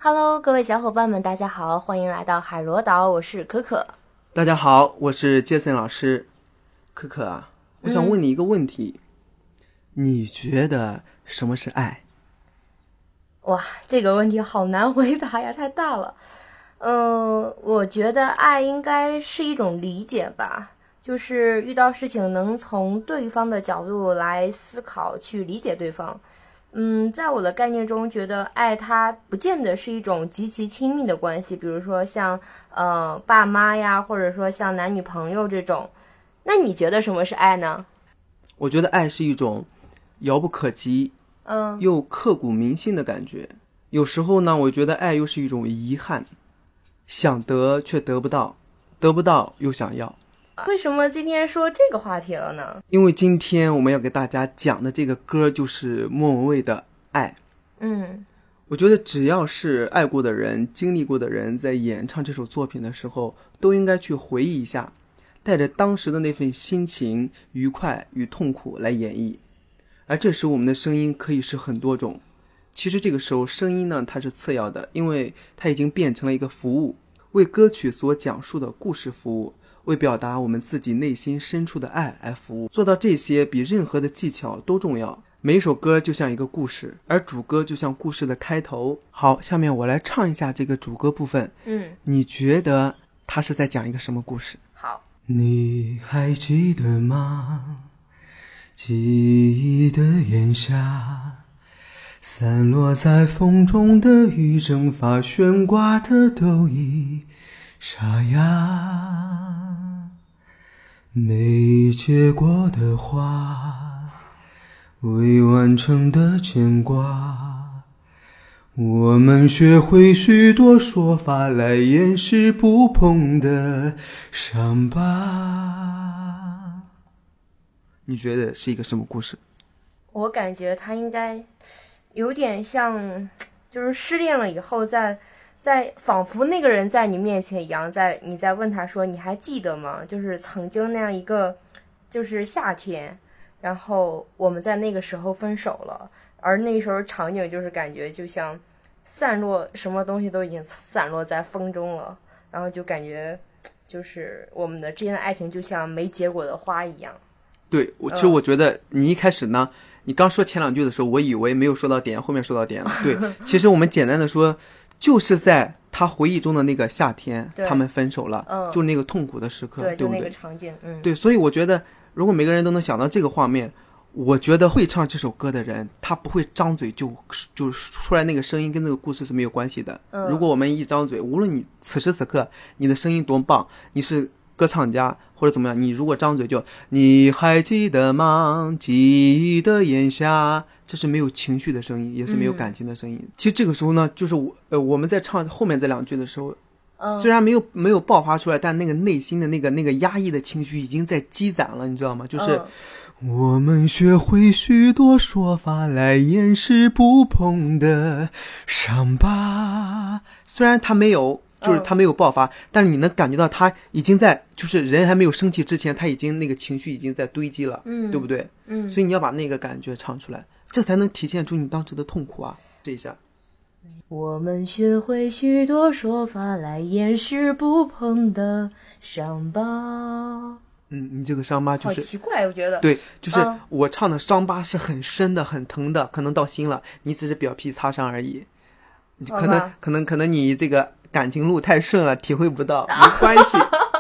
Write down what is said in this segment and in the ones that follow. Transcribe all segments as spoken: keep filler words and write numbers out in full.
Hello， 各位小伙伴们，大家好，欢迎来到海螺岛，我是可可。 大家好，我是杰森老师。可可啊，我想问你一个问题，嗯、你觉得什么是爱？ 哇，这个问题好难回答呀，太大了。嗯、呃，我觉得爱应该是一种理解吧，就是遇到事情能从对方的角度来思考，去理解对方。嗯，在我的概念中，觉得爱它不见得是一种极其亲密的关系，比如说像呃爸妈呀，或者说像男女朋友这种。那你觉得什么是爱呢？ 我觉得爱是一种遥不可及， 嗯， 又刻骨铭心的感觉。有时候呢，我觉得爱又是一种遗憾，想得却得不到，得不到又想要。 为什么今天说这个话题了呢？ 因为今天我们要给大家讲的这个歌就是莫文蔚的《爱》。 嗯， 我觉得只要是爱过的人、经历过的人，在演唱这首作品的时候，都应该去回忆一下，带着当时的那份心情、愉快与痛苦来演绎。而这时我们的声音可以是很多种。其实这个时候声音呢，它是次要的，因为它已经变成了一个服务，为歌曲所讲述的故事服务，为表达我们自己内心深处的爱而服务。做到这些比任何的技巧都重要。每一首歌就像一个故事，而主歌就像故事的开头。好，下面我来唱一下这个主歌部分。 嗯， 你觉得它是在讲一个什么故事？ 好。 你还记得吗？记忆的炎夏，散落在风中的雨，蒸发悬挂的都已沙哑，没结果的花，未完成的牵挂，我们学会许多说法来掩饰不碰的伤疤。 你觉得是一个什么故事？ 我感觉它应该有点像，就是失恋了以后在，在仿佛那个人在你面前一样，在你在问他说你还记得吗？就是曾经那样一个，就是夏天，然后我们在那个时候分手了，而那时候场景就是感觉就像散落，什么东西都已经散落在风中了，然后就感觉就是我们的之间的爱情就像没结果的花一样。 对，我其实我觉得你一开始呢，你刚说前两句的时候，我以为没有说到点，后面说到点了。对，其实我们简单的说，就是在他回忆中的那个夏天，他们分手了， 嗯， 就那个痛苦的时刻， 对， 对不对？ 就那个场景，嗯， 对，所以我觉得，如果每个人都能想到这个画面，我觉得会唱这首歌的人，他不会张嘴就就出来那个声音跟那个故事是没有关系的。 嗯，如果我们一张嘴，无论你此时此刻你的声音多棒，你是歌唱家或者怎么样，你如果张嘴就你还记得吗？记忆的炎夏，这是没有情绪的声音，也是没有感情的声音。嗯、其实这个时候呢，就是我呃我们在唱后面这两句的时候， 嗯、 虽然没有没有爆发出来，但那个内心的那个那个压抑的情绪已经在积攒了，你知道吗？就是。 嗯我们学会许多说法来掩饰不碰的伤疤。 虽然他没有，就是他没有爆发，嗯、但是你能感觉到他已经在，就是人还没有生气之前，他已经那个情绪已经在堆积了， 嗯， 对不对？ 嗯， 所以你要把那个感觉唱出来，这才能体现出你当时的痛苦啊！这一下， 我们学会许多说法来掩饰不碰的伤疤。 嗯，你这个伤疤就是好奇怪，我觉得对，就是我唱的伤疤是很深的、很疼的，可能到心了，你只是表皮擦伤而已。可能可能可能你这个感情路太顺了，体会不到，没关系。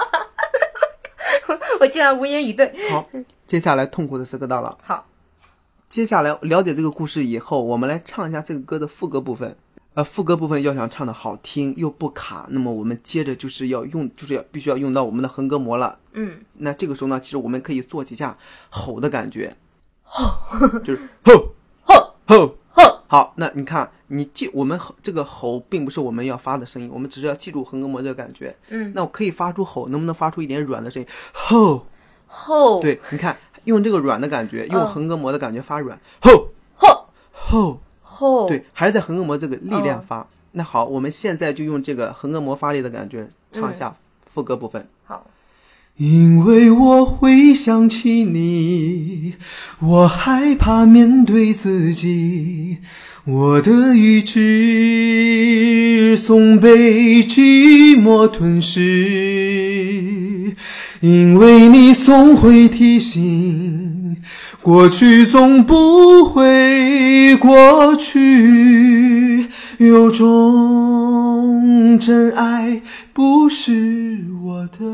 我竟然无言以对。 好，接下来痛苦的时刻到了。 好， 接下来了解这个故事以后，我们来唱一下这个歌的副歌部分。呃，副歌部分要想唱的好听又不卡，那么我们接着就是要用，就是要必须要用到我们的横膈膜了。 嗯， 那这个时候呢，其实我们可以做几下吼的感觉， 吼， 就是吼吼吼吼。 好，那你看，你记我们这个吼并不是我们要发的声音，我们只是要记住横膈膜这个感觉。 嗯， 那我可以发出吼，能不能发出一点软的声音？吼吼。 对，你看，用这个软的感觉，用横膈膜的感觉发软。 吼吼吼。 吼， 对，还是在横膈膜这个力量发。哦、那好，我们现在就用这个横膈膜发力的感觉唱一下副歌部分。 嗯、好， 因为我会想起你，我害怕面对自己，我的意志是总被寂寞吞噬，因为你总会提醒，过去总不会过去，有种真爱不是我的。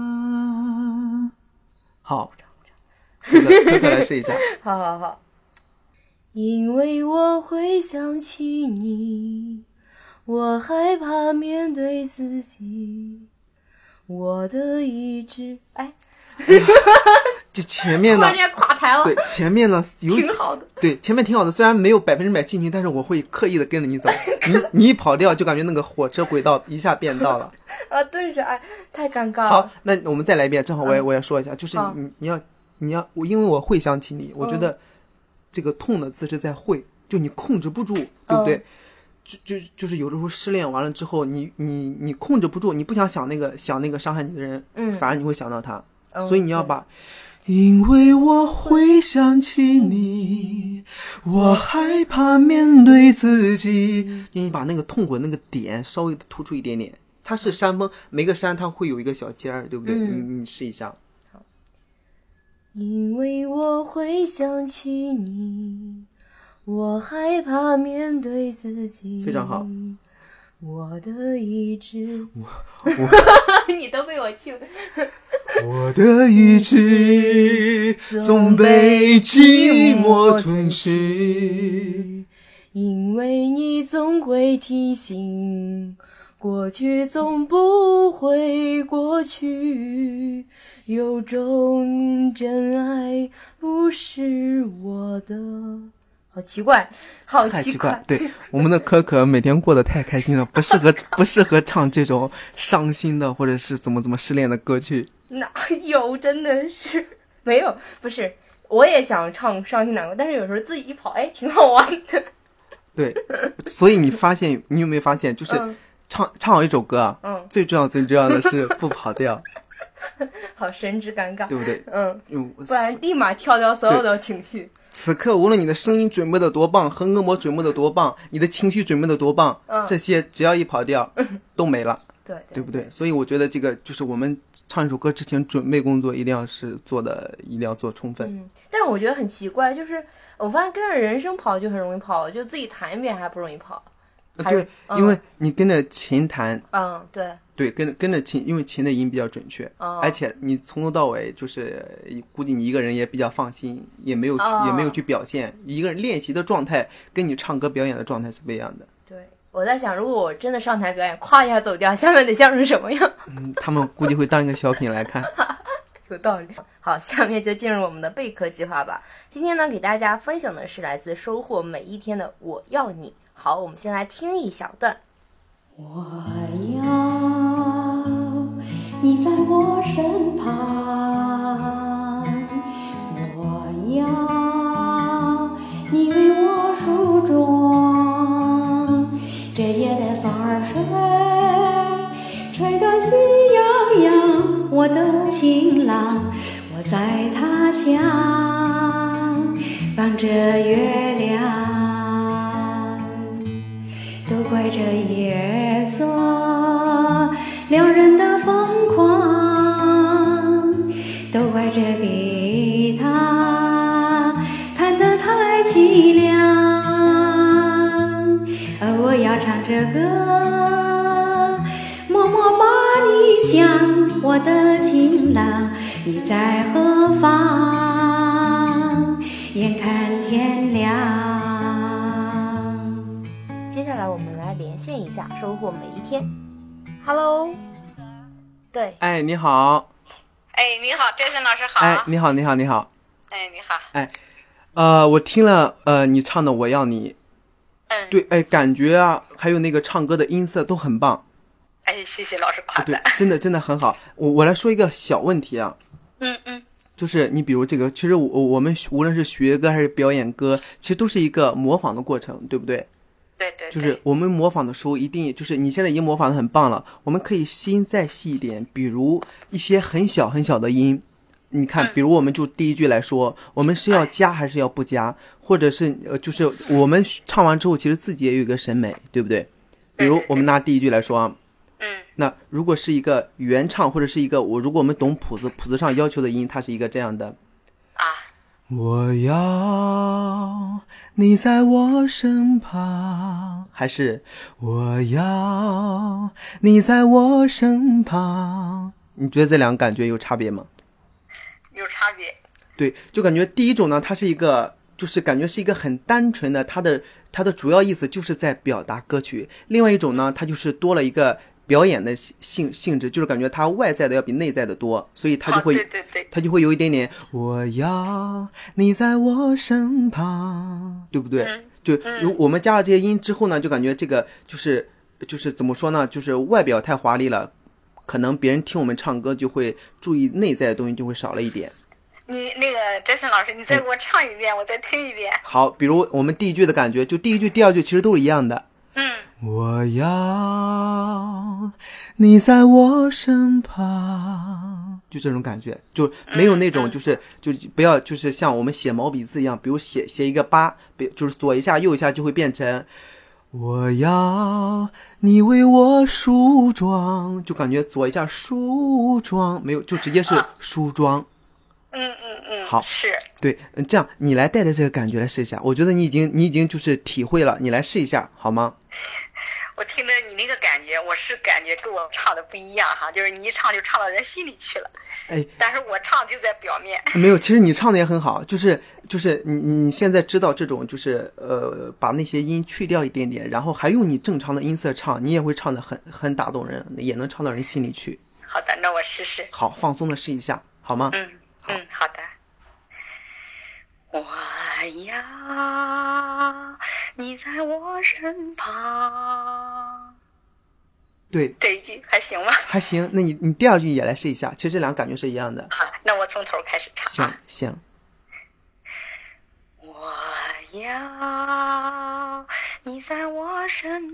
好，可可可可来试一下。 好好好。因为我会想起你，我害怕面对自己，我的意志，哎， 就前面呢， 突然间垮台了。 对，前面呢有挺好的， 对，前面挺好的，虽然没有百分之百进去，但是我会刻意的跟着你走。你你一跑掉，就感觉那个火车轨道一下变道了。 啊，顿时哎，太尴尬了。 好，那我们再来一遍，正好我也、 嗯、 我也说一下，就是好你你要你要我，因为我会想起你，我觉得这个痛的字是在会，就你控制不住，对不对？嗯就就就是有的时候失恋完了之后，你你你控制不住，你不想想那个想那个伤害你的人， 嗯， 反而你会想到他， 嗯、 所以你要把， 因为我会想起你，我害怕面对自己， 因为你把那个痛苦的那个点稍微的突出一点点，它是山峰，每个山它会有一个小尖儿，对不对？嗯、你你试一下。 好，因为我会想起你。我害怕面对自己， 非常好。 我的意志， 我我你都被我气了。 我的意志总被寂寞吞噬， 因为你总会提醒，过去总不会过去，有种真爱不是我的。好奇怪，好奇怪！ 怪对，我们的可可每天过得太开心了，不适合不适合唱这种伤心的或者是怎么怎么失恋的歌曲。 哪有？真的是没有，不是，我也想唱伤心难过，但是有时候自己一跑，哎，挺好玩的。 对，所以你发现，你有没有发现，就是唱、嗯、唱好一首歌啊， 嗯， 最重要最重要的是不跑调。 好神之尴尬， 对不对？ 嗯，不然立马跳掉所有的情绪。 此刻无论你的声音准备的多棒，横膈膜准备的多棒，你的情绪准备的多棒， 嗯、 这些只要一跑调，都没了。 对， 对, 对不对？所以我觉得这个就是我们唱一首歌之前准备工作一定要是做的，一定要做充分。 嗯，但是我觉得很奇怪，就是我发现跟着人声跑就很容易跑，就自己弹一遍还不容易跑。 对、嗯，因为你跟着琴弹， 嗯，对。 对，跟着跟着琴，因为琴的音比较准确， 哦、 而且你从头到尾就是估计你一个人也比较放心，也没有去、 哦、 也没有去表现，一个人练习的状态跟你唱歌表演的状态是不一样的。 对，我在想，如果我真的上台表演，咵一下走掉，下面得像成什么样？ 嗯，他们估计会当一个小品来看。 有道理。好，下面就进入我们的备课计划吧。今天呢，给大家分享的是来自收获每一天的我要你。好，我们先来听一小段。 我要你在我身旁，我要你为我梳妆，这夜的风儿吹，吹得喜洋洋，我的情郎，我在他乡望着月亮，都怪这夜色两人的疯狂，都怪这吉他弹得太凄凉，而我要唱这歌，默默把你想，我的情郎，你在何方？眼看天亮。 接下来我们来连线一下，收获每一天。Hello， 对， 哎，你好， 哎，你好，哲森老师好， 哎，你好，你好，你好， 哎，你好， 哎，呃，我听了呃你唱的《我要你》， 嗯， 对，哎，感觉啊，还有那个唱歌的音色都很棒， 哎，谢谢老师夸赞， 对，真的真的很好。我我来说一个小问题啊， 嗯嗯， 就是你比如这个，其实我我们无论是学歌还是表演歌，其实都是一个模仿的过程，对不对？ 对对， 就是我们模仿的时候，一定就是你现在已经模仿的很棒了，我们可以心再细一点，比如一些很小很小的音，你看，比如我们就第一句来说，我们是要加还是要不加，或者是呃，就是我们唱完之后，其实自己也有一个审美，对不对？ 比如我们拿第一句来说啊， 嗯， 那如果是一个原唱或者是一个我，如果我们懂谱子，谱子上要求的音，它是一个这样的啊， 我要你在我身旁， 还是我要你在我身旁？ 你觉得这两个感觉有差别吗？ 有差别。 对，就感觉第一种呢，它是一个，就是感觉是一个很单纯的，它的它的主要意思就是在表达歌曲；另外一种呢，它就是多了一个表演的性性质，就是感觉它外在的要比内在的多，所以它就会， 对对对， 它就会有一点点， 我要你在我身旁， 对不对？ 嗯、 就如我们加了这些音之后呢，就感觉这个就是就是怎么说呢？就是外表太华丽了，可能别人听我们唱歌就会注意内在的东西就会少了一点。 你那个杰森老师，你再给我唱一遍，嗯、我再听一遍。 好，比如我们第一句的感觉，就第一句、第二句其实都是一样的。 嗯， 我要你在我身旁， 就这种感觉，就没有那种就是、嗯、就不要就是像我们写毛笔字一样，比如写写一个八，就是左一下右一下就会变成我要你为我梳妆， 就感觉左一下梳妆，没有就直接是梳妆。 嗯嗯嗯， 好， 是对，这样你来带着这个感觉来试一下，我觉得你已经你已经就是体会了，你来试一下好吗？ 我听着你那个感觉，我是感觉跟我唱的不一样哈，就是你一唱就唱到人心里去了， 哎， 但是我唱就在表面。 没有，其实你唱的也很好，就是就是你你现在知道这种就是呃把那些音去掉一点点，然后还用你正常的音色唱，你也会唱的很很打动人，也能唱到人心里去。 好的，那我试试。 好，放松的试一下好吗？ 嗯。嗯，好的。我要你在我身旁。 对， 这一句还行吗？ 还行，那你你第二句也来试一下，其实这两个感觉是一样的。 好，那我从头开始唱。 行行。 我要你在我身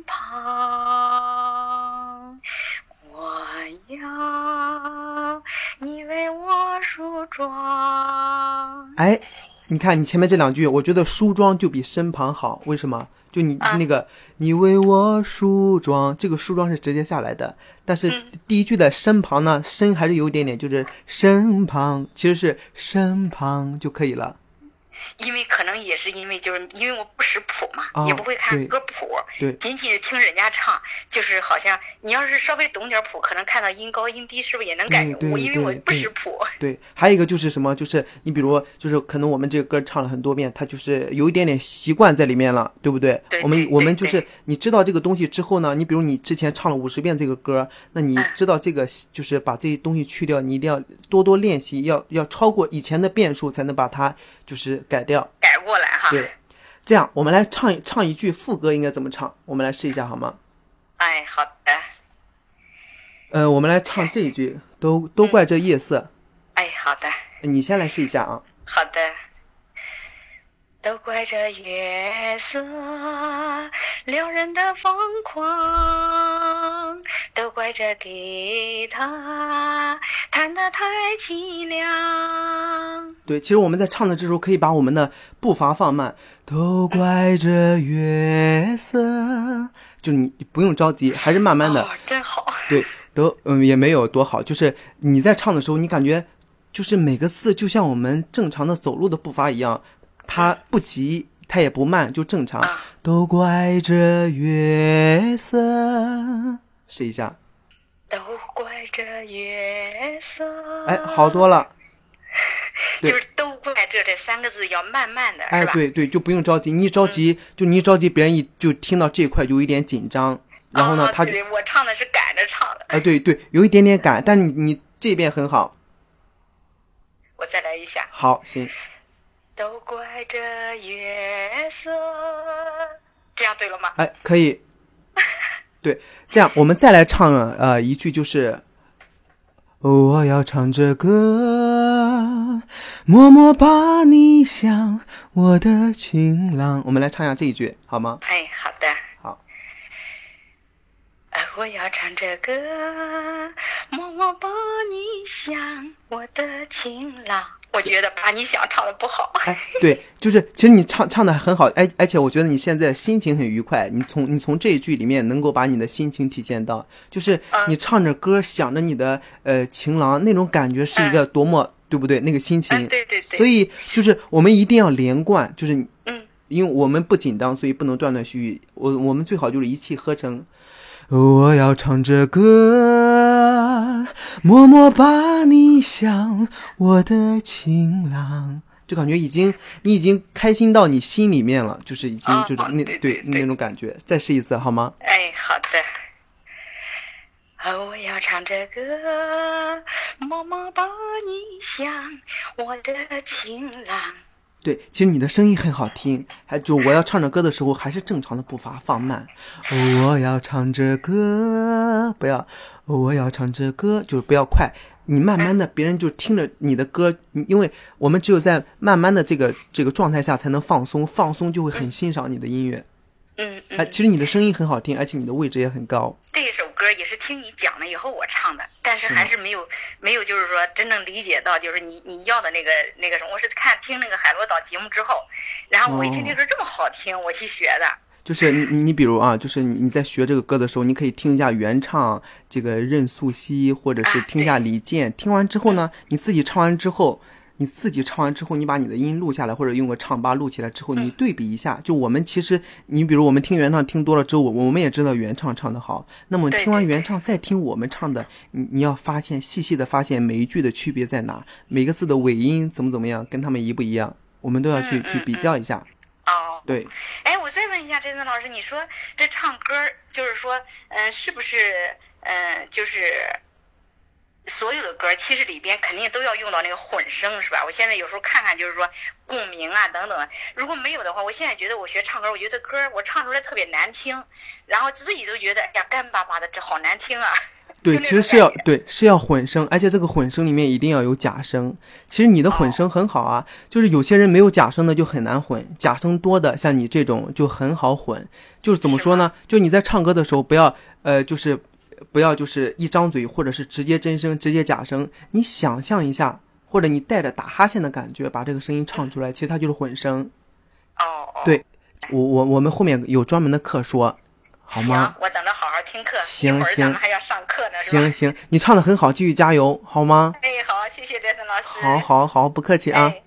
旁。我要你为我梳妆。 哎，你看你前面这两句，我觉得梳妆就比身旁好，为什么？就你、啊、那个你为我梳妆，这个梳妆是直接下来的，但是第一句的身旁呢，身还是有一点点，就是身旁，其实是身旁就可以了。 因为可能也是因为就是因为我不识谱嘛、 哦、 也不会看歌谱， 对， 仅仅是听人家唱，就是好像你要是稍微懂点谱，可能看到音高音低是不是也能感觉我，因为我不识谱。 对，还有一个就是什么，就是你比如就是可能我们这个歌唱了很多遍，它就是有一点点习惯在里面了，对不对？ 对， 我们我们就是你知道这个东西之后呢，你比如你之前唱了五十遍这个歌，那你知道这个就是把这些东西去掉，你一定要多多练习，要要超过以前的遍数才能把它就是改掉改过来哈。 对，这样我们来唱唱一句副歌应该怎么唱，我们来试一下好吗？ 哎，好的。 呃，我们来唱这一句，都都怪这夜色。 嗯、哎，好的。 你先来试一下啊。 好的。都怪这月色撩人的疯狂，都怪这吉他弹得太凄凉。 对，其实我们在唱的这时候可以把我们的步伐放慢，都怪这月色，就你不用着急，还是慢慢的。 哦，真好。 对，都嗯也没有多好，就是你在唱的时候，你感觉就是每个字就像我们正常的走路的步伐一样。它不急，它也不慢，就正常。 啊、 都怪这月色， 试一下。 都怪这月色。 哎，好多了。 就是都怪这这三个字要慢慢的， 哎， 是吧？ 对对，就不用着急。你一着急，嗯、就你一着急，别人一就听到这一块就有一点紧张。然后呢， 哦、 他对我唱的是赶着唱的。 哎，对对，有一点点赶，但你你这边很好。 我再来一下。 好，行。 都怪这月色，这样对了吗？ 哎，可以。对，这样我们再来唱呃一句，就是我要唱着歌，默默把你想我的情郎。 我们来唱一下这一句好吗？ 哎，好的。 好。 我要唱着歌，默默把你想我的情郎。 我觉得把你想唱的不好。 哎，对，就是其实你唱唱的很好，哎，而且我觉得你现在心情很愉快，你从你从这一句里面能够把你的心情体现到，就是你唱着歌想着你的呃情郎那种感觉是一个多么、嗯、对不对？那个心情， 嗯、对对对。 所以就是我们一定要连贯，就是嗯， 因为我们不紧张，所以不能断断续续，我我们最好就是一气呵成。我要唱着歌，默默把你想，我的情郎，就感觉已经你已经开心到你心里面了，就是已经就是那、哦、对, 对, 对那种感觉。再试一次好吗？ 哎，好的。我要唱着歌，默默把你想，我的情郎。 对，其实你的声音很好听，还就我要唱着歌的时候还是正常的步伐放慢。我要唱着歌，不要，我要唱着歌，就是不要快，你慢慢的，别人就听着你的歌，因为我们只有在慢慢的这个这个状态下才能放松，放松就会很欣赏你的音乐。 嗯嗯， 哎，其实你的声音很好听，而且你的位置也很高。 这首歌也是听你讲了以后我唱的，但是还是没有没有就是说真正理解到就是你你要的那个那个什么。我是看听那个海螺岛节目之后，然后我一听这歌这么好听，哦、我去学的。 就是你你比如啊，就是你你在学这个歌的时候，你可以听一下原唱这个任素汐，或者是听一下李健。啊、听完之后呢，你自己唱完之后。你自己唱完之后，你把你的音录下来，或者用个唱吧录起来之后，你对比一下。就我们其实，你比如我们听原唱听多了之后，我们也知道原唱唱得好。那么听完原唱再听我们唱的，你你要发现细细的发现每一句的区别在哪，每个字的尾音怎么怎么样，跟他们一不一样，我们都要去、嗯、去比较一下。 哦， 对。 哎，我再问一下真森老师，你说这唱歌就是说，嗯、呃，是不是，嗯、呃，就是。所有的歌其实里边肯定都要用到那个混声，是吧？我现在有时候看看就是说共鸣啊等等，如果没有的话，我现在觉得我学唱歌，我觉得歌我唱出来特别难听，然后自己都觉得哎呀干巴巴的，这好难听啊。 对，其实是要对是要混声，而且这个混声里面一定要有假声。其实你的混声很好啊，哦、就是有些人没有假声的就很难混，假声多的像你这种就很好混。就是怎么说呢？就你在唱歌的时候不要呃就是。不要就是一张嘴或者是直接真声直接假声，你想象一下，或者你带着打哈欠的感觉把这个声音唱出来，其实它就是混声。 哦， 对，我我我们后面有专门的课说，好吗？ 行，我等着好好听课。 行行， 咱们还要上课呢，是吧？行行，你唱得很好，继续加油，好吗？ 哎，好，谢谢真森老师。 好好好，不客气啊。 哎